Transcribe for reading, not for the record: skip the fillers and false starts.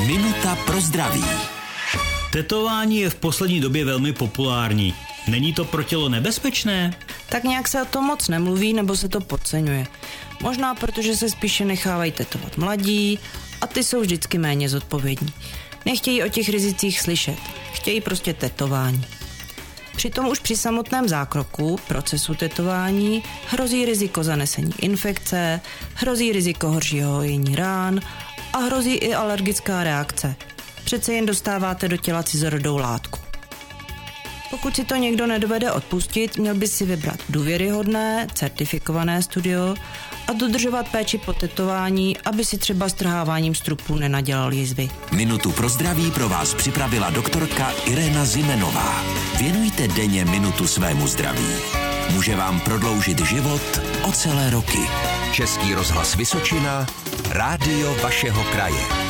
Minuta pro zdraví. Tetování je v poslední době velmi populární. Není to pro tělo nebezpečné? Tak nějak se o tom moc nemluví, nebo se to podceňuje. Možná protože se spíše nechávají tetovat mladí a ty jsou vždycky méně zodpovědní. Nechtějí o těch rizicích slyšet, chtějí prostě tetování. Přitom už při samotném zákroku, procesu tetování, hrozí riziko zanesení infekce, hrozí riziko horšího hojení rán a hrozí i alergická reakce. Přece jen dostáváte do těla cizorodou látku. Pokud si to někdo nedovede odpustit, měl by si vybrat důvěryhodné, certifikované studio a dodržovat péči po tetování, aby si třeba strháváním strupů nenadělal jizvy. Minutu pro zdraví pro vás připravila doktorka Irena Zimenová. Věnujte denně minutu svému zdraví. Může vám prodloužit život o celé roky. Český rozhlas Vysočina, rádio vašeho kraje.